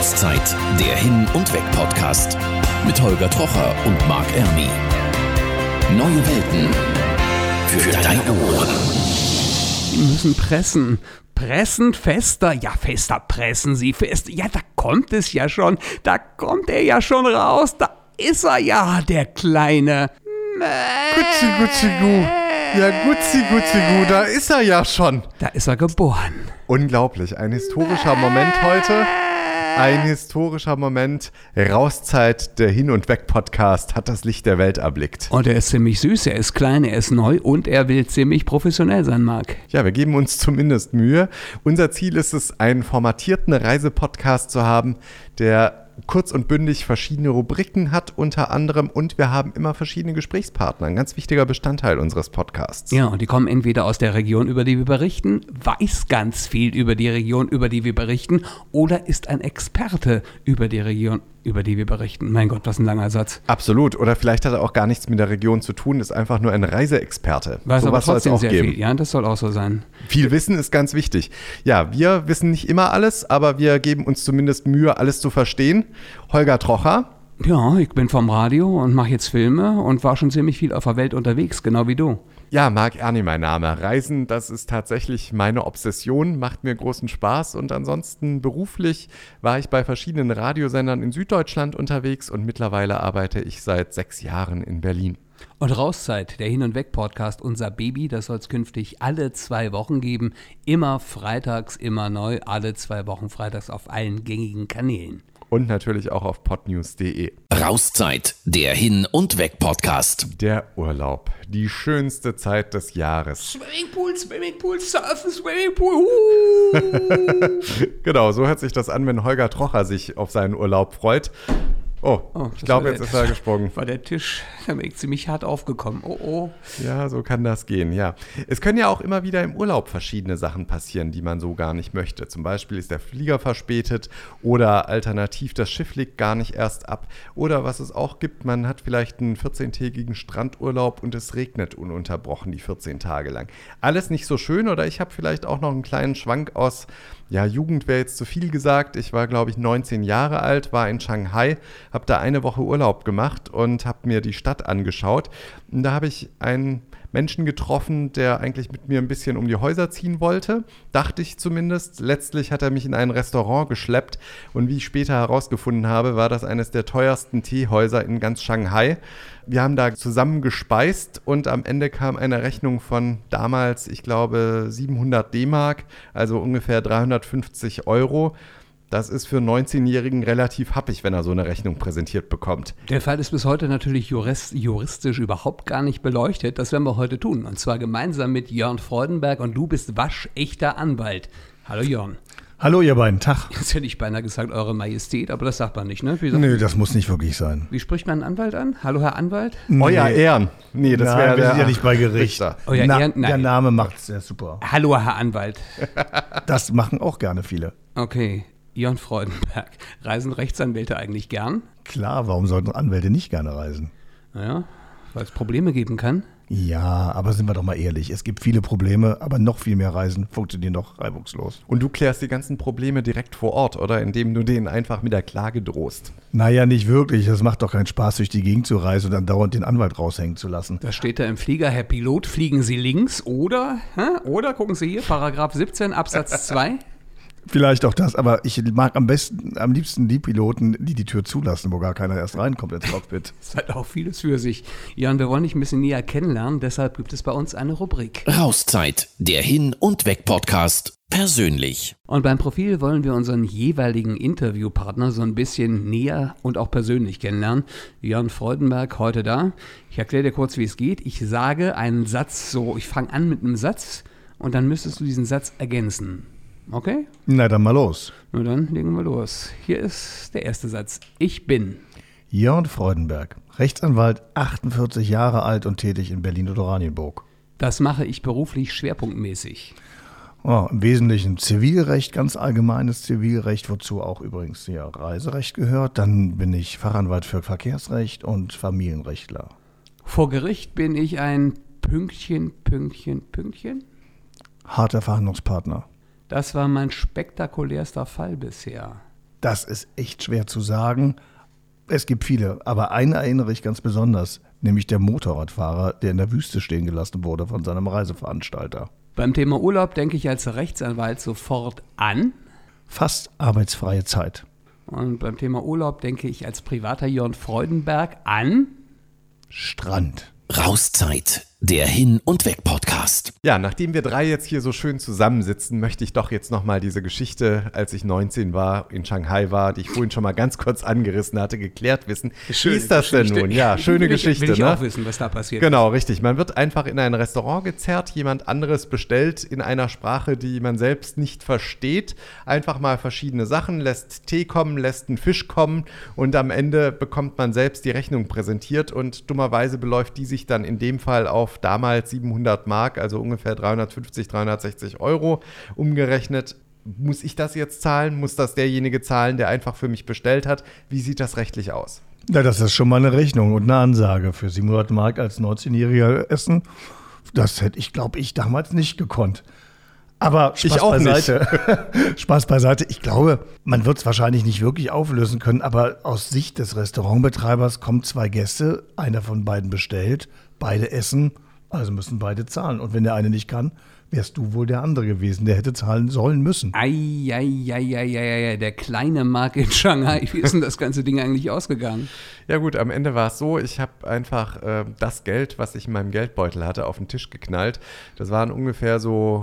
Rauszeit, der Hin- und Weg-Podcast mit Holger Trocher und Marc Ermi. Neue Welten für deine Ohren. Sie müssen pressen. Pressen fester. Ja, fester pressen Sie fest. Ja, da kommt es ja schon. Da kommt er ja schon raus. Da ist er ja, der Kleine. Gutzi, gutzi, gu. Ja, gutzi, gutzi, gu. Da ist er ja schon. Da ist er geboren. Unglaublich. Ein historischer Moment heute. Ein historischer Moment. Rauszeit, der Hin- und Weg-Podcast hat das Licht der Welt erblickt. Und er ist ziemlich süß, er ist klein, er ist neu und er will ziemlich professionell sein, Marc. Ja, wir geben uns zumindest Mühe. Unser Ziel ist es, einen formatierten Reisepodcast zu haben, der kurz und bündig verschiedene Rubriken hat unter anderem und wir haben immer verschiedene Gesprächspartner, ein ganz wichtiger Bestandteil unseres Podcasts. Ja, und die kommen entweder aus der Region, über die wir berichten, weiß ganz viel über die Region, über die wir berichten oder ist ein Experte über die Region, über die wir berichten. Mein Gott, was ein langer Satz. Absolut, oder vielleicht hat er auch gar nichts mit der Region zu tun, ist einfach nur ein Reiseexperte. Weiß aber trotzdem sehr geben. viel, ja, das soll auch so sein. Viel Wissen ist ganz wichtig. Ja, wir wissen nicht immer alles, aber wir geben uns zumindest Mühe, alles zu verstehen. Holger Trocher. Ja, ich bin vom Radio und mache jetzt Filme und war schon ziemlich viel auf der Welt unterwegs, genau wie du. Ja, Marc Erni mein Name. Reisen, das ist tatsächlich meine Obsession, macht mir großen Spaß und ansonsten beruflich war ich bei verschiedenen Radiosendern in Süddeutschland unterwegs und mittlerweile arbeite ich seit 6 Jahren in Berlin. Und Rauszeit, der Hin- und Weg-Podcast, unser Baby, das soll es künftig alle 2 Wochen geben. Immer freitags, immer neu, alle 2 Wochen freitags auf allen gängigen Kanälen. Und natürlich auch auf podnews.de. Rauszeit, der Hin- und Weg-Podcast. Der Urlaub, die schönste Zeit des Jahres. Swimmingpool, Surfen, Swimmingpool. Genau, so hört sich das an, wenn Holger Trocher sich auf seinen Urlaub freut. Oh, ich glaube, jetzt ist er gesprungen. War der Tisch, da bin ich ziemlich hart aufgekommen. Oh. Ja, so kann das gehen, ja. Es können ja auch immer wieder im Urlaub verschiedene Sachen passieren, die man so gar nicht möchte. Zum Beispiel ist der Flieger verspätet oder alternativ das Schiff legt gar nicht erst ab. Oder was es auch gibt, man hat vielleicht einen 14-tägigen Strandurlaub und es regnet ununterbrochen die 14 Tage lang. Alles nicht so schön oder ich habe vielleicht auch noch einen kleinen Schwank aus, ja, Jugend wäre jetzt zu viel gesagt. Ich war, glaube ich, 19 Jahre alt, war in Shanghai, habe da eine Woche Urlaub gemacht und habe mir die Stadt angeschaut. Und da habe ich einen Menschen getroffen, der eigentlich mit mir ein bisschen um die Häuser ziehen wollte, dachte ich zumindest. Letztlich hat er mich in ein Restaurant geschleppt und wie ich später herausgefunden habe, war das eines der teuersten Teehäuser in ganz Shanghai. Wir haben da zusammen gespeist und am Ende kam eine Rechnung von damals, ich glaube, 700 D-Mark, also ungefähr 350 Euro. Das ist für einen 19-Jährigen relativ happig, wenn er so eine Rechnung präsentiert bekommt. Der Fall ist bis heute natürlich juristisch überhaupt gar nicht beleuchtet. Das werden wir heute tun. Und zwar gemeinsam mit Jörn Freudenberg. Und du bist waschechter Anwalt. Hallo Jörn. Hallo ihr beiden, Tag. Jetzt hätte ich beinahe gesagt, Eure Majestät, aber das sagt man nicht, ne? Nö, das muss nicht wirklich sein. Wie spricht man einen Anwalt an? Hallo Herr Anwalt? Euer Ehren. Nee, das wäre wir sind ja nicht bei Gericht. Euer Ehren? Nein. Der Name macht's ja super. Hallo Herr Anwalt. Das machen auch gerne viele. Okay. Jörn Freudenberg. Reisen Rechtsanwälte eigentlich gern? Klar, warum sollten Anwälte nicht gerne reisen? Naja, weil es Probleme geben kann. Ja, aber sind wir doch mal ehrlich. Es gibt viele Probleme, aber noch viel mehr Reisen funktionieren doch reibungslos. Und du klärst die ganzen Probleme direkt vor Ort, oder? Indem du denen einfach mit der Klage drohst. Naja, nicht wirklich. Das macht doch keinen Spaß, durch die Gegend zu reisen und dann dauernd den Anwalt raushängen zu lassen. Da steht da im Flieger, Herr Pilot, fliegen Sie links oder gucken Sie hier, Paragraph 17 Absatz 2. Vielleicht auch das, aber ich mag am liebsten die Piloten, die die Tür zulassen, wo gar keiner erst reinkommt ins Cockpit. Das hat auch vieles für sich. Jan, wir wollen dich ein bisschen näher kennenlernen, deshalb gibt es bei uns eine Rubrik. Rauszeit, der Hin- und Weg-Podcast. Persönlich. Und beim Profil wollen wir unseren jeweiligen Interviewpartner so ein bisschen näher und auch persönlich kennenlernen. Jörn Freudenberg heute da. Ich erkläre dir kurz, wie es geht. Ich sage einen Satz so, ich fange an mit einem Satz und dann müsstest du diesen Satz ergänzen. Okay? Na, dann mal los. Na dann legen wir los. Hier ist der erste Satz. Ich bin Jörn Freudenberg, Rechtsanwalt, 48 Jahre alt und tätig in Berlin und Oranienburg. Das mache ich beruflich schwerpunktmäßig. Im Wesentlichen Zivilrecht, ganz allgemeines Zivilrecht, wozu auch übrigens ja Reiserecht gehört. Dann bin ich Fachanwalt für Verkehrsrecht und Familienrechtler. Vor Gericht bin ich ein Pünktchen. Harter Verhandlungspartner. Das war mein spektakulärster Fall bisher. Das ist echt schwer zu sagen. Es gibt viele, aber einen erinnere ich ganz besonders, nämlich der Motorradfahrer, der in der Wüste stehen gelassen wurde von seinem Reiseveranstalter. Beim Thema Urlaub denke ich als Rechtsanwalt sofort an. Fast arbeitsfreie Zeit. Und beim Thema Urlaub denke ich als privater Jörn Freudenberg an Strand. Rauszeit, der Hin- und Weg-Podcast. Ja, nachdem wir drei jetzt hier so schön zusammensitzen, möchte ich doch jetzt nochmal diese Geschichte, als ich 19 war, in Shanghai war, die ich vorhin schon mal ganz kurz angerissen hatte, geklärt wissen. Wie ist das denn nun? Ja, schöne Geschichte. Will ich ne? auch wissen, was da passiert Genau, richtig. Man wird einfach in ein Restaurant gezerrt, jemand anderes bestellt in einer Sprache, die man selbst nicht versteht. Einfach mal verschiedene Sachen, lässt Tee kommen, lässt einen Fisch kommen und am Ende bekommt man selbst die Rechnung präsentiert und dummerweise beläuft die sich dann in dem Fall auf damals 700 Mark, also ungefähr 350, 360 Euro umgerechnet. Muss ich das jetzt zahlen? Muss das derjenige zahlen, der einfach für mich bestellt hat? Wie sieht das rechtlich aus? Ja, das ist schon mal eine Rechnung und eine Ansage für 700 Mark als 19-Jähriger essen. Das hätte ich, glaube ich, damals nicht gekonnt. Aber Spaß ich auch beiseite. Spaß beiseite. Ich glaube, man wird es wahrscheinlich nicht wirklich auflösen können, aber aus Sicht des Restaurantbetreibers kommen zwei Gäste, einer von beiden bestellt, beide essen, also müssen beide zahlen. Und wenn der eine nicht kann, wärst du wohl der andere gewesen, der hätte zahlen sollen müssen. Eieieiei, der kleine Mark in Shanghai. Wie ist denn das ganze Ding eigentlich ausgegangen? Ja gut, am Ende war es so, ich habe einfach das Geld, was ich in meinem Geldbeutel hatte, auf den Tisch geknallt. Das waren ungefähr so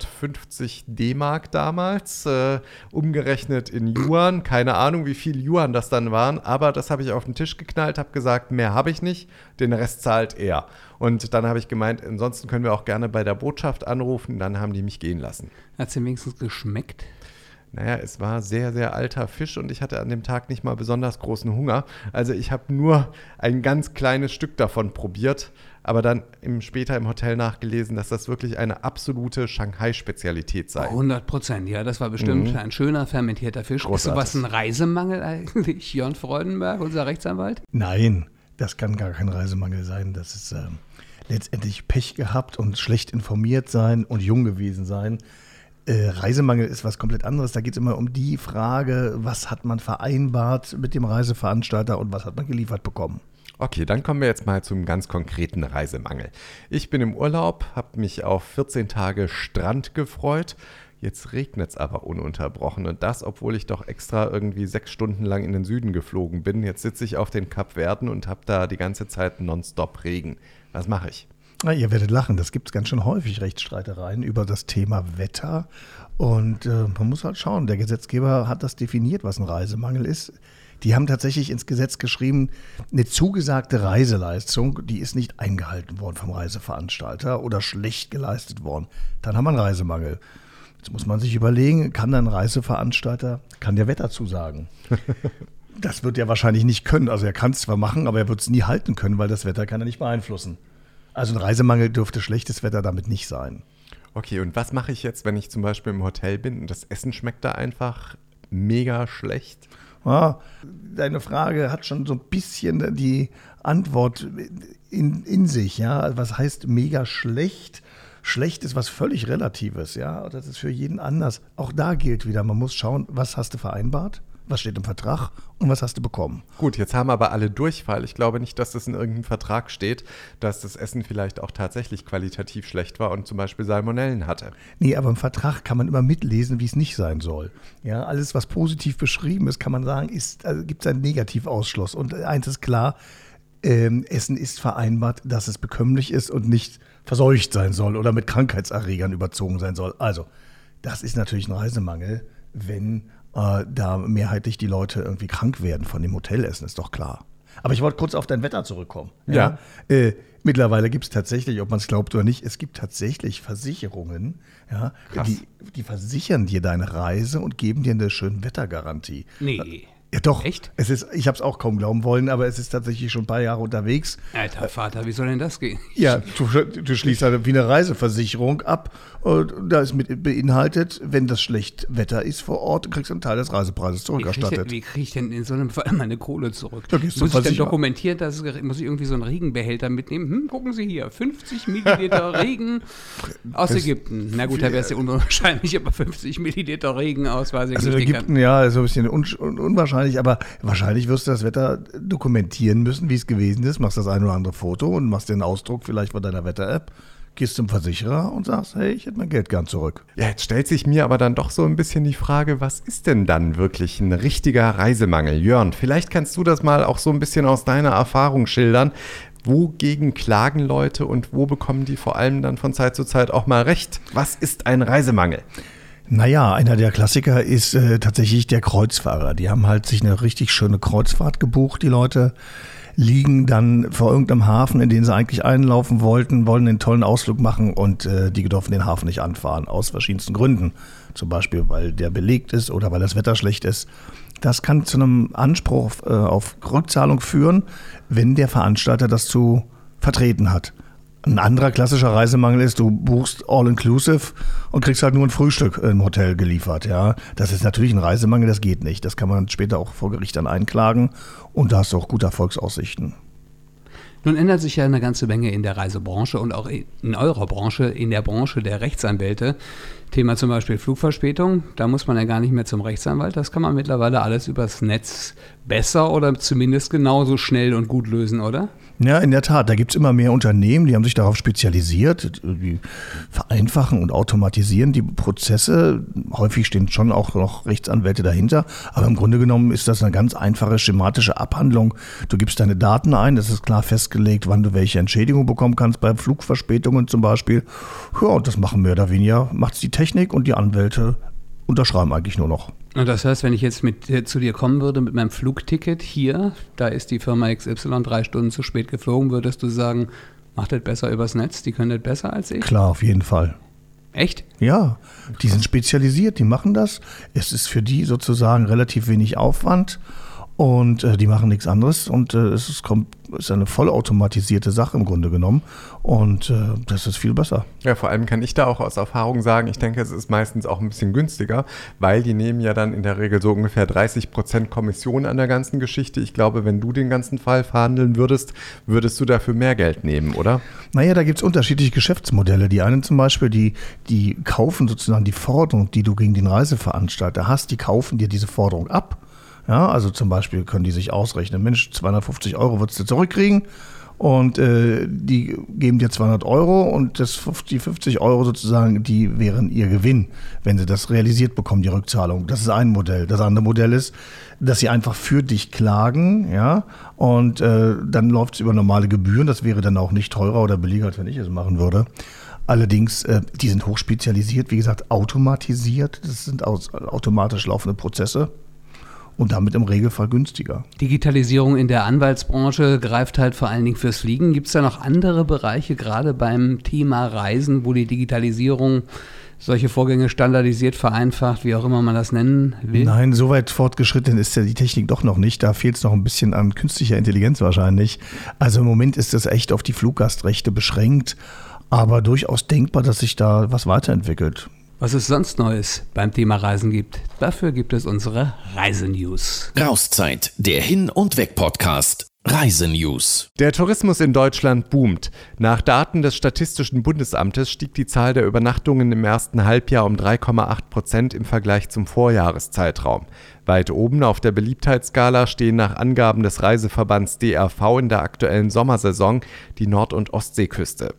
150 D-Mark damals, umgerechnet in Yuan. Keine Ahnung, wie viel Yuan das dann waren, aber das habe ich auf den Tisch geknallt, habe gesagt, mehr habe ich nicht, den Rest zahlt er. Und dann habe ich gemeint, ansonsten können wir auch gerne bei der Botschaft anrufen, dann haben die mich gehen lassen. Hat es denn wenigstens geschmeckt? Naja, es war sehr, sehr alter Fisch und ich hatte an dem Tag nicht mal besonders großen Hunger. Also ich habe nur ein ganz kleines Stück davon probiert, aber dann später im Hotel nachgelesen, dass das wirklich eine absolute Shanghai-Spezialität sei. 100%, ja, das war bestimmt ein schöner fermentierter Fisch. Großartig. Ist sowas ein Reisemangel eigentlich, Jörn Freudenberg, unser Rechtsanwalt? Nein, das kann gar kein Reisemangel sein. Das ist letztendlich Pech gehabt und schlecht informiert sein und jung gewesen sein. Reisemangel ist was komplett anderes. Da geht es immer um die Frage, was hat man vereinbart mit dem Reiseveranstalter und was hat man geliefert bekommen. Okay, dann kommen wir jetzt mal zum ganz konkreten Reisemangel. Ich bin im Urlaub, habe mich auf 14 Tage Strand gefreut. Jetzt regnet es aber ununterbrochen und das, obwohl ich doch extra irgendwie 6 Stunden lang in den Süden geflogen bin. Jetzt sitze ich auf den Kapverden und habe da die ganze Zeit nonstop Regen. Was mache ich? Na, ihr werdet lachen, das gibt es ganz schön häufig, Rechtsstreitereien über das Thema Wetter. Und man muss halt schauen, der Gesetzgeber hat das definiert, was ein Reisemangel ist. Die haben tatsächlich ins Gesetz geschrieben, eine zugesagte Reiseleistung, die ist nicht eingehalten worden vom Reiseveranstalter oder schlecht geleistet worden. Dann haben wir einen Reisemangel. Jetzt muss man sich überlegen, kann ein Reiseveranstalter, kann der Wetter zusagen? Das wird er wahrscheinlich nicht können. Also er kann es zwar machen, aber er wird es nie halten können, weil das Wetter kann er nicht beeinflussen. Also ein Reisemangel dürfte schlechtes Wetter damit nicht sein. Okay, und was mache ich jetzt, wenn ich zum Beispiel im Hotel bin und das Essen schmeckt da einfach mega schlecht? Ja, deine Frage hat schon so ein bisschen die Antwort in sich. Ja? Was heißt mega schlecht? Schlecht ist was völlig Relatives. Ja? Das ist für jeden anders. Auch da gilt wieder, man muss schauen, was hast du vereinbart? Was steht im Vertrag und was hast du bekommen? Gut, jetzt haben aber alle Durchfall. Ich glaube nicht, dass das in irgendeinem Vertrag steht, dass das Essen vielleicht auch tatsächlich qualitativ schlecht war und zum Beispiel Salmonellen hatte. Nee, aber im Vertrag kann man immer mitlesen, wie es nicht sein soll. Ja, alles, was positiv beschrieben ist, kann man sagen, gibt es einen Negativausschluss. Und eins ist klar, Essen ist vereinbart, dass es bekömmlich ist und nicht verseucht sein soll oder mit Krankheitserregern überzogen sein soll. Also, das ist natürlich ein Reisemangel, wenn da mehrheitlich die Leute irgendwie krank werden von dem Hotelessen, ist doch klar. Aber ich wollte kurz auf dein Wetter zurückkommen. Ja. Mittlerweile gibt es tatsächlich, ob man es glaubt oder nicht, es gibt tatsächlich Versicherungen, ja, die versichern dir deine Reise und geben dir eine schöne Wettergarantie. Nee. Ja doch, Echt? Ich habe es auch kaum glauben wollen, aber es ist tatsächlich schon ein paar Jahre unterwegs. Alter Vater, wie soll denn das gehen? Ja, du schließt halt wie eine Reiseversicherung ab. Und da ist mit beinhaltet, wenn das schlecht Wetter ist vor Ort, kriegst du einen Teil des Reisepreises zurückerstattet. Wie kriege ich denn in so einem Fall meine Kohle zurück? Da gehst du Muss ich dann Versicherer. dokumentieren, muss ich irgendwie so einen Regenbehälter mitnehmen? Gucken Sie hier, 50 Milliliter Regen aus Ägypten. Na gut, da wäre es ja unwahrscheinlich, aber 50 Milliliter Regen aus, weiß ich Also nicht. Ägypten, ja, so ein bisschen unwahrscheinlich, aber wahrscheinlich wirst du das Wetter dokumentieren müssen, wie es gewesen ist, machst das ein oder andere Foto und machst den Ausdruck vielleicht von deiner Wetter-App, gehst zum Versicherer und sagst, hey, ich hätte mein Geld gern zurück. Ja, jetzt stellt sich mir aber dann doch so ein bisschen die Frage, was ist denn dann wirklich ein richtiger Reisemangel? Jörn, vielleicht kannst du das mal auch so ein bisschen aus deiner Erfahrung schildern. Wogegen klagen Leute und wo bekommen die vor allem dann von Zeit zu Zeit auch mal recht? Was ist ein Reisemangel? Naja, einer der Klassiker ist tatsächlich der Kreuzfahrer. Die haben halt sich eine richtig schöne Kreuzfahrt gebucht, die Leute. Liegen dann vor irgendeinem Hafen, in den sie eigentlich einlaufen wollten, wollen einen tollen Ausflug machen und die dürfen den Hafen nicht anfahren, aus verschiedensten Gründen. Zum Beispiel, weil der belegt ist oder weil das Wetter schlecht ist. Das kann zu einem Anspruch auf Rückzahlung führen, wenn der Veranstalter das zu vertreten hat. Ein anderer klassischer Reisemangel ist, du buchst All-Inclusive und kriegst halt nur ein Frühstück im Hotel geliefert. Ja, das ist natürlich ein Reisemangel, das geht nicht. Das kann man später auch vor Gericht dann einklagen und da hast du auch gute Erfolgsaussichten. Nun ändert sich ja eine ganze Menge in der Reisebranche und auch in eurer Branche, in der Branche der Rechtsanwälte. Thema zum Beispiel Flugverspätung, da muss man ja gar nicht mehr zum Rechtsanwalt. Das kann man mittlerweile alles übers Netz besser oder zumindest genauso schnell und gut lösen, oder? Ja, in der Tat. Da gibt es immer mehr Unternehmen, die haben sich darauf spezialisiert, die vereinfachen und automatisieren die Prozesse. Häufig stehen schon auch noch Rechtsanwälte dahinter. Aber im Grunde genommen ist das eine ganz einfache schematische Abhandlung. Du gibst deine Daten ein, das ist klar festgelegt, wann du welche Entschädigung bekommen kannst, bei Flugverspätungen zum Beispiel. Ja, und das machen mehr oder weniger, macht's die Technik und die Anwälte unterschreiben eigentlich nur noch. Und das heißt, wenn ich jetzt zu dir kommen würde mit meinem Flugticket hier, da ist die Firma XY 3 Stunden zu spät geflogen, würdest du sagen, macht das besser übers Netz, die können das besser als ich? Klar, auf jeden Fall. Echt? Ja, die sind spezialisiert, die machen das. Es ist für die sozusagen relativ wenig Aufwand und die machen nichts anderes und es ist eine vollautomatisierte Sache im Grunde genommen und das ist viel besser. Ja, vor allem kann ich da auch aus Erfahrung sagen, ich denke, es ist meistens auch ein bisschen günstiger, weil die nehmen ja dann in der Regel so ungefähr 30% Kommission an der ganzen Geschichte. Ich glaube, wenn du den ganzen Fall verhandeln würdest, würdest du dafür mehr Geld nehmen, oder? Naja, da gibt es unterschiedliche Geschäftsmodelle. Die einen zum Beispiel, die kaufen sozusagen die Forderung, die du gegen den Reiseveranstalter hast, die kaufen dir diese Forderung ab. Ja, also zum Beispiel können die sich ausrechnen, Mensch, 250 € würdest du zurückkriegen und die geben dir 200 € und die 50 € sozusagen, die wären ihr Gewinn, wenn sie das realisiert bekommen, die Rückzahlung. Das ist ein Modell. Das andere Modell ist, dass sie einfach für dich klagen, ja, und dann läuft es über normale Gebühren. Das wäre dann auch nicht teurer oder billiger, als wenn ich es machen würde. Allerdings, die sind hochspezialisiert, wie gesagt, automatisiert. Das sind automatisch laufende Prozesse. Und damit im Regelfall günstiger. Digitalisierung in der Anwaltsbranche greift halt vor allen Dingen fürs Fliegen. Gibt es da noch andere Bereiche, gerade beim Thema Reisen, wo die Digitalisierung solche Vorgänge standardisiert, vereinfacht, wie auch immer man das nennen will? Nein, so weit fortgeschritten ist ja die Technik doch noch nicht. Da fehlt es noch ein bisschen an künstlicher Intelligenz wahrscheinlich. Also im Moment ist es echt auf die Fluggastrechte beschränkt, aber durchaus denkbar, dass sich da was weiterentwickelt. Was es sonst Neues beim Thema Reisen gibt, dafür gibt es unsere Reisenews. Rauszeit, der Hin- und Weg-Podcast. Reisenews. Der Tourismus in Deutschland boomt. Nach Daten des Statistischen Bundesamtes stieg die Zahl der Übernachtungen im ersten Halbjahr um 3,8% im Vergleich zum Vorjahreszeitraum. Weit oben auf der Beliebtheitsskala stehen nach Angaben des Reiseverbands DRV in der aktuellen Sommersaison die Nord- und Ostseeküste.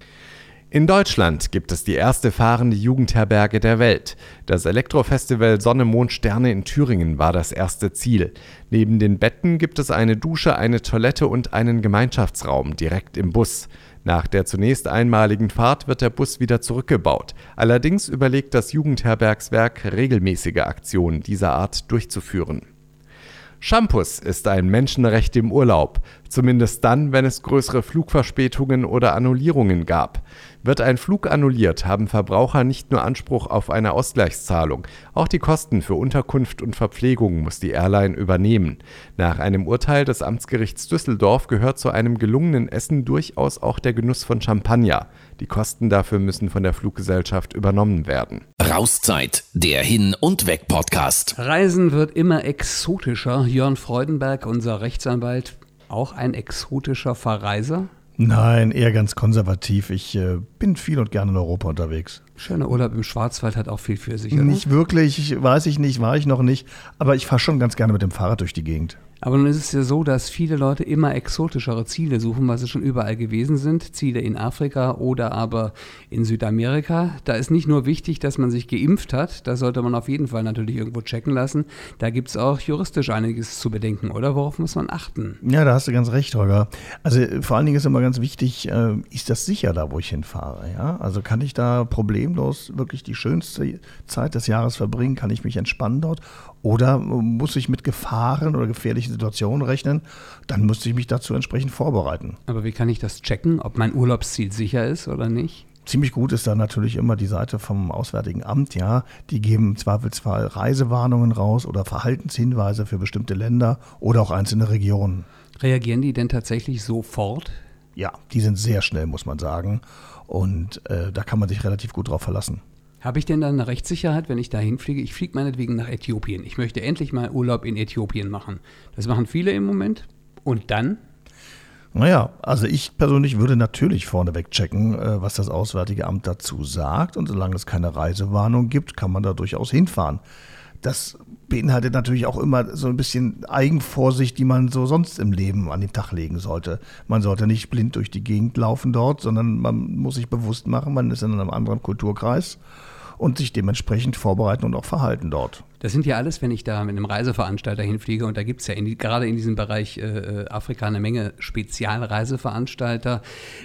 In Deutschland gibt es die erste fahrende Jugendherberge der Welt. Das Elektrofestival Sonne, Mond, Sterne in Thüringen war das erste Ziel. Neben den Betten gibt es eine Dusche, eine Toilette und einen Gemeinschaftsraum direkt im Bus. Nach der zunächst einmaligen Fahrt wird der Bus wieder zurückgebaut. Allerdings überlegt das Jugendherbergswerk, regelmäßige Aktionen dieser Art durchzuführen. Shampoos ist ein Menschenrecht im Urlaub. Zumindest dann, wenn es größere Flugverspätungen oder Annullierungen gab. Wird ein Flug annulliert, haben Verbraucher nicht nur Anspruch auf eine Ausgleichszahlung. Auch die Kosten für Unterkunft und Verpflegung muss die Airline übernehmen. Nach einem Urteil des Amtsgerichts Düsseldorf gehört zu einem gelungenen Essen durchaus auch der Genuss von Champagner. Die Kosten dafür müssen von der Fluggesellschaft übernommen werden. Rauszeit, der Hin- und Weg-Podcast. Reisen wird immer exotischer. Jörn Freudenberg, unser Rechtsanwalt, auch ein exotischer Verreiser? Nein, eher ganz konservativ. Ich bin viel und gerne in Europa unterwegs. Schöner Urlaub im Schwarzwald hat auch viel für sich, oder? Nicht wirklich, weiß ich nicht, war ich noch nicht. Aber ich fahre schon ganz gerne mit dem Fahrrad durch die Gegend. Aber nun ist es ja so, dass viele Leute immer exotischere Ziele suchen, weil sie schon überall gewesen sind. Ziele in Afrika oder aber in Südamerika. Da ist nicht nur wichtig, dass man sich geimpft hat. Da sollte man auf jeden Fall natürlich irgendwo checken lassen. Da gibt es auch juristisch einiges zu bedenken, oder? Worauf muss man achten? Ja, da hast du ganz recht, Holger. Also vor allen Dingen ist immer ganz wichtig, ist das sicher da, wo ich hinfahre? Ja? Also kann ich da problemlos wirklich die schönste Zeit des Jahres verbringen? Kann ich mich entspannen dort? Oder muss ich mit Gefahren oder gefährlichen Situationen rechnen? Dann müsste ich mich dazu entsprechend vorbereiten. Aber wie kann ich das checken, ob mein Urlaubsziel sicher ist oder nicht? Ziemlich gut ist da natürlich immer die Seite vom Auswärtigen Amt, ja. Die geben im Zweifelsfall Reisewarnungen raus oder Verhaltenshinweise für bestimmte Länder oder auch einzelne Regionen. Reagieren die denn tatsächlich sofort? Ja, die sind sehr schnell, muss man sagen. Und da kann man sich relativ gut drauf verlassen. Habe ich denn dann eine Rechtssicherheit, wenn ich da hinfliege? Ich fliege meinetwegen nach Äthiopien. Ich möchte endlich mal Urlaub in Äthiopien machen. Das machen viele im Moment. Und dann? Naja, also ich persönlich würde natürlich vorneweg checken, was das Auswärtige Amt dazu sagt. Und solange es keine Reisewarnung gibt, kann man da durchaus hinfahren. Das beinhaltet natürlich auch immer so ein bisschen Eigenvorsicht, die man so sonst im Leben an den Tag legen sollte. Man sollte nicht blind durch die Gegend laufen dort, sondern man muss sich bewusst machen, man ist in einem anderen Kulturkreis und sich dementsprechend vorbereiten und auch verhalten dort. Das sind ja alles, wenn ich da mit einem Reiseveranstalter hinfliege, und da gibt es ja gerade in diesem Bereich Afrika eine Menge Spezialreiseveranstalter.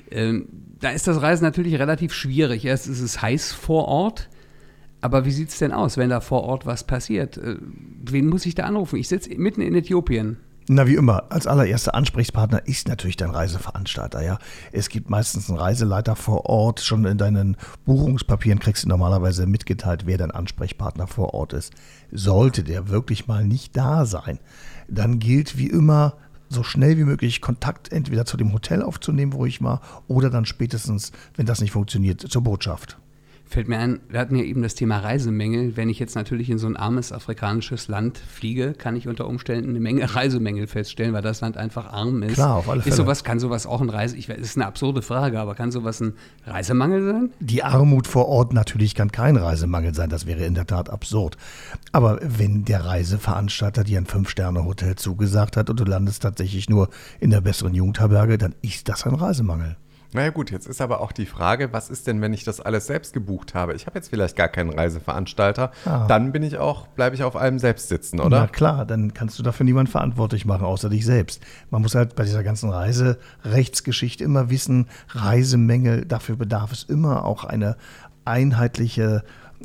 Da ist das Reisen natürlich relativ schwierig. Erst ist es heiß vor Ort. Aber wie sieht es denn aus, wenn da vor Ort was passiert? Wen muss ich da anrufen? Ich sitze mitten in Äthiopien. Na, wie immer, als allererster Ansprechpartner ist natürlich dein Reiseveranstalter, ja. Es gibt meistens einen Reiseleiter vor Ort. Schon in deinen Buchungspapieren kriegst du normalerweise mitgeteilt, wer dein Ansprechpartner vor Ort ist. Sollte der wirklich mal nicht da sein, dann gilt wie immer, so schnell wie möglich Kontakt entweder zu dem Hotel aufzunehmen, wo ich war, oder dann spätestens, wenn das nicht funktioniert, zur Botschaft. Fällt mir ein, wir hatten ja eben das Thema Reisemängel. Wenn ich jetzt natürlich in so ein armes afrikanisches Land fliege, kann ich unter Umständen eine Menge Reisemängel feststellen, weil das Land einfach arm ist. Klar, auf alle Fälle. Kann sowas auch ein das ist eine absurde Frage, aber kann sowas ein Reisemangel sein? Die Armut vor Ort natürlich kann kein Reisemangel sein, das wäre in der Tat absurd. Aber wenn der Reiseveranstalter dir ein 5-Sterne-Hotel zugesagt hat und du landest tatsächlich nur in der besseren Jugendherberge, dann ist das ein Reisemangel. Naja gut, jetzt ist aber auch die Frage, was ist denn, wenn ich das alles selbst gebucht habe? Ich habe jetzt vielleicht gar keinen Reiseveranstalter, dann bleibe ich auf allem selbst sitzen, oder? Na klar, dann kannst du dafür niemanden verantwortlich machen, außer dich selbst. Man muss halt bei dieser ganzen Reiserechtsgeschichte immer wissen, Reisemängel, dafür bedarf es immer auch eine einheitliche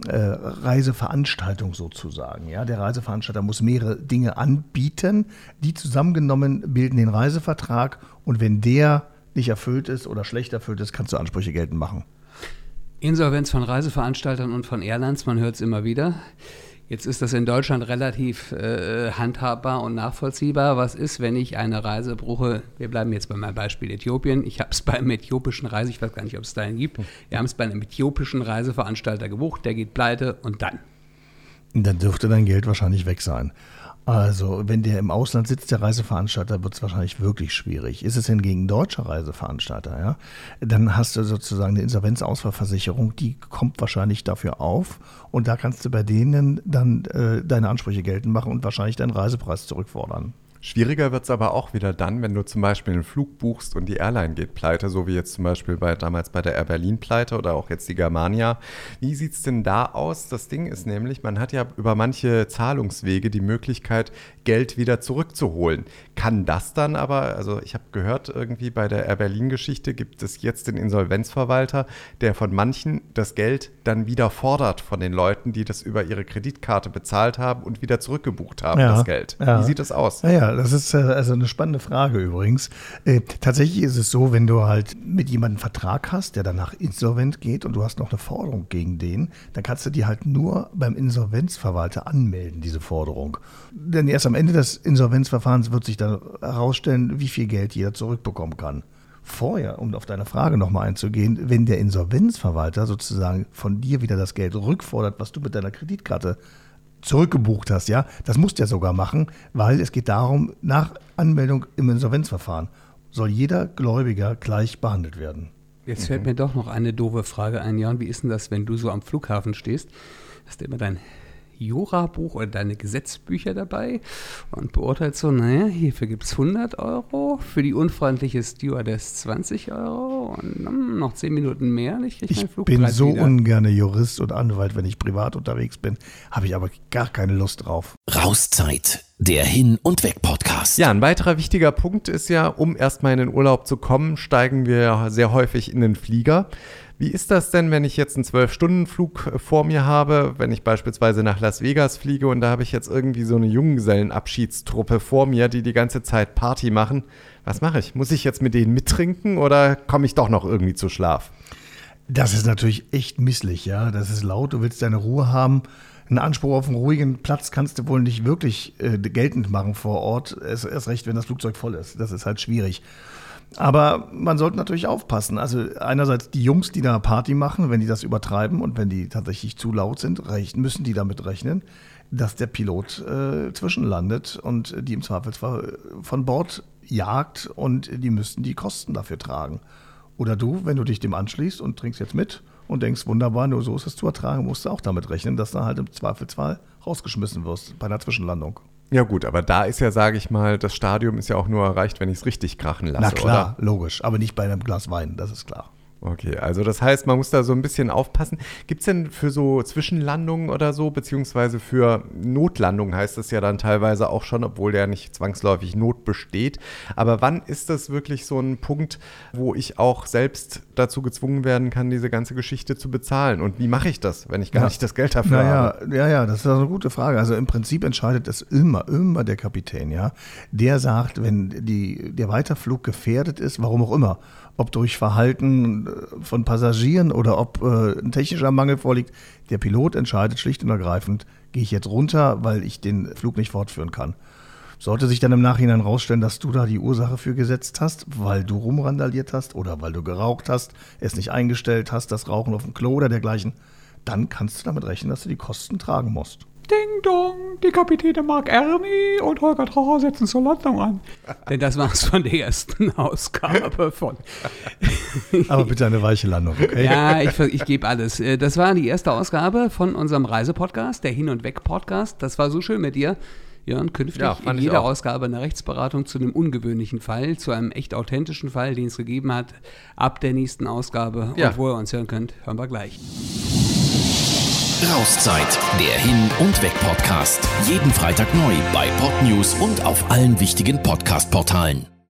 Reiseveranstaltung sozusagen. Ja, der Reiseveranstalter muss mehrere Dinge anbieten, die zusammengenommen bilden den Reisevertrag, und wenn der nicht erfüllt ist oder schlecht erfüllt ist, kannst du Ansprüche geltend machen. Insolvenz von Reiseveranstaltern und von Airlines, man hört es immer wieder. Jetzt ist das in Deutschland relativ handhabbar und nachvollziehbar. Was ist, wenn ich eine Reise buche? Wir bleiben jetzt bei meinem Beispiel Äthiopien. Ich habe es beim äthiopischen ich weiß gar nicht, ob es da einen gibt. Wir haben es bei einem äthiopischen Reiseveranstalter gebucht, der geht pleite, und dann? Dann dürfte dein Geld wahrscheinlich weg sein. Also, wenn der im Ausland sitzt, der Reiseveranstalter, wird es wahrscheinlich wirklich schwierig. Ist es hingegen ein deutscher Reiseveranstalter, ja, dann hast du sozusagen eine Insolvenzausfallversicherung, die kommt wahrscheinlich dafür auf, und da kannst du bei denen dann deine Ansprüche geltend machen und wahrscheinlich deinen Reisepreis zurückfordern. Schwieriger wird es aber auch wieder dann, wenn du zum Beispiel einen Flug buchst und die Airline geht pleite, so wie jetzt zum Beispiel damals bei der Air Berlin pleite oder auch jetzt die Germania. Wie sieht es denn da aus? Das Ding ist nämlich, man hat ja über manche Zahlungswege die Möglichkeit, Geld wieder zurückzuholen. Kann das dann aber, also ich habe gehört, irgendwie bei der Air Berlin-Geschichte gibt es jetzt den Insolvenzverwalter, der von manchen das Geld dann wieder fordert von den Leuten, die das über ihre Kreditkarte bezahlt haben und wieder zurückgebucht haben, das Geld. Ja. Wie sieht das aus? Ja, Ja, das ist also eine spannende Frage übrigens. Tatsächlich ist es so, wenn du halt mit jemandem einen Vertrag hast, der danach insolvent geht und du hast noch eine Forderung gegen den, dann kannst du die halt nur beim Insolvenzverwalter anmelden, diese Forderung. Denn erst am Ende des Insolvenzverfahrens wird sich dann herausstellen, wie viel Geld jeder zurückbekommen kann. Vorher, um auf deine Frage nochmal einzugehen, wenn der Insolvenzverwalter sozusagen von dir wieder das Geld rückfordert, was du mit deiner Kreditkarte zurückgebucht hast, ja, das musst du ja sogar machen, weil es geht darum, nach Anmeldung im Insolvenzverfahren soll jeder Gläubiger gleich behandelt werden. Jetzt fällt mir doch noch eine doofe Frage ein, Jan. Wie ist denn das, wenn du so am Flughafen stehst? Hast du immer dein Jura-Buch oder deine Gesetzbücher dabei und beurteilst so, naja, hierfür gibt es 100 €, für die unfreundliche Stewardess 20 € und noch 10 Minuten mehr und ich kriege meinen Flugpreis bin so wieder. ungerne Jurist und Anwalt, wenn ich privat unterwegs bin, habe ich aber gar keine Lust drauf. Rauszeit, der Hin- und Weg-Podcast. Ja, ein weiterer wichtiger Punkt ist ja, um erstmal in den Urlaub zu kommen, steigen wir sehr häufig in den Flieger. Wie ist das denn, wenn ich jetzt einen 12-Stunden-Flug vor mir habe, wenn ich beispielsweise nach Las Vegas fliege und da habe ich jetzt irgendwie so eine Junggesellenabschiedstruppe vor mir, die ganze Zeit Party machen? Was mache ich? Muss ich jetzt mit denen mittrinken oder komme ich doch noch irgendwie zu Schlaf? Das ist natürlich echt misslich, ja. Das ist laut, du willst deine Ruhe haben. Einen Anspruch auf einen ruhigen Platz kannst du wohl nicht wirklich geltend machen vor Ort. Erst recht, wenn das Flugzeug voll ist. Das ist halt schwierig. Aber man sollte natürlich aufpassen. Also einerseits die Jungs, die da Party machen, wenn die das übertreiben und wenn die tatsächlich zu laut sind, müssen die damit rechnen, dass der Pilot zwischenlandet und die im Zweifelsfall von Bord jagt und die müssten die Kosten dafür tragen. Oder du, wenn du dich dem anschließt und trinkst jetzt mit und denkst, wunderbar, nur so ist es zu ertragen, musst du auch damit rechnen, dass du halt im Zweifelsfall rausgeschmissen wirst bei einer Zwischenlandung. Ja gut, aber da ist ja, sage ich mal, das Stadium ist ja auch nur erreicht, wenn ich es richtig krachen lasse, Na klar, oder? Logisch, aber nicht bei einem Glas Wein, das ist klar. Okay, also das heißt, man muss da so ein bisschen aufpassen. Gibt es denn für so Zwischenlandungen oder so, beziehungsweise für Notlandungen heißt es ja dann teilweise auch schon, obwohl ja nicht zwangsläufig Not besteht. Aber wann ist das wirklich so ein Punkt, wo ich auch selbst dazu gezwungen werden kann, diese ganze Geschichte zu bezahlen? Und wie mache ich das, wenn ich gar nicht das Geld dafür habe? Ja, das ist eine gute Frage. Also im Prinzip entscheidet es immer der Kapitän, ja. Der sagt, wenn der Weiterflug gefährdet ist, warum auch immer, ob durch Verhalten von Passagieren oder ob ein technischer Mangel vorliegt. Der Pilot entscheidet schlicht und ergreifend, gehe ich jetzt runter, weil ich den Flug nicht fortführen kann. Sollte sich dann im Nachhinein rausstellen, dass du da die Ursache für gesetzt hast, weil du rumrandaliert hast oder weil du geraucht hast, es nicht eingestellt hast, das Rauchen auf dem Klo oder dergleichen, dann kannst du damit rechnen, dass du die Kosten tragen musst. Ding dong, die Kapitäne Mark Ernie und Holger Trocher setzen zur Landung an. Denn das war's von der ersten Ausgabe von... Aber bitte eine weiche Landung, okay? Ja, ich gebe alles. Das war die erste Ausgabe von unserem Reisepodcast, der Hin- und Weg-Podcast. Das war so schön mit dir. Jörn, künftig in jeder Ausgabe eine Rechtsberatung zu einem ungewöhnlichen Fall, zu einem echt authentischen Fall, den es gegeben hat, ab der nächsten Ausgabe. Ja. Und wo ihr uns hören könnt, hören wir gleich. Rauszeit, der Hin- und Weg-Podcast. Jeden Freitag neu bei Podnews und auf allen wichtigen Podcast-Portalen.